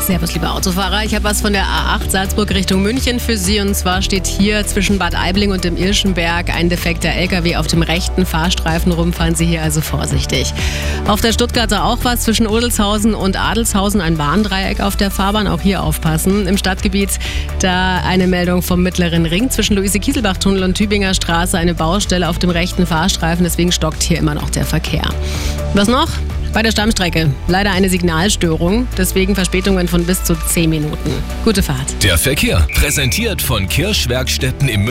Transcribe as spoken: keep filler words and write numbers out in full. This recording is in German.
Servus, liebe Autofahrer. Ich habe was von der A acht Salzburg Richtung München für Sie. Und zwar steht hier zwischen Bad Aibling und dem Irschenberg ein defekter L K W auf dem rechten Fahrstreifen rum. Fahren Sie hier also vorsichtig. Auf der Stuttgarter auch was zwischen Odelshausen und Adelshausen. Ein Warndreieck auf der Fahrbahn. Auch hier aufpassen. Im Stadtgebiet da eine Meldung vom Mittleren Ring. Zwischen Luise-Kieselbach-Tunnel und Tübinger Straße eine Baustelle auf dem rechten Fahrstreifen. Deswegen stockt hier immer noch der Verkehr. Was noch? Bei der Stammstrecke leider eine Signalstörung, deswegen Verspätungen von bis zu zehn Minuten. Gute Fahrt. Der Verkehr, präsentiert von Kirsch Werkstätten im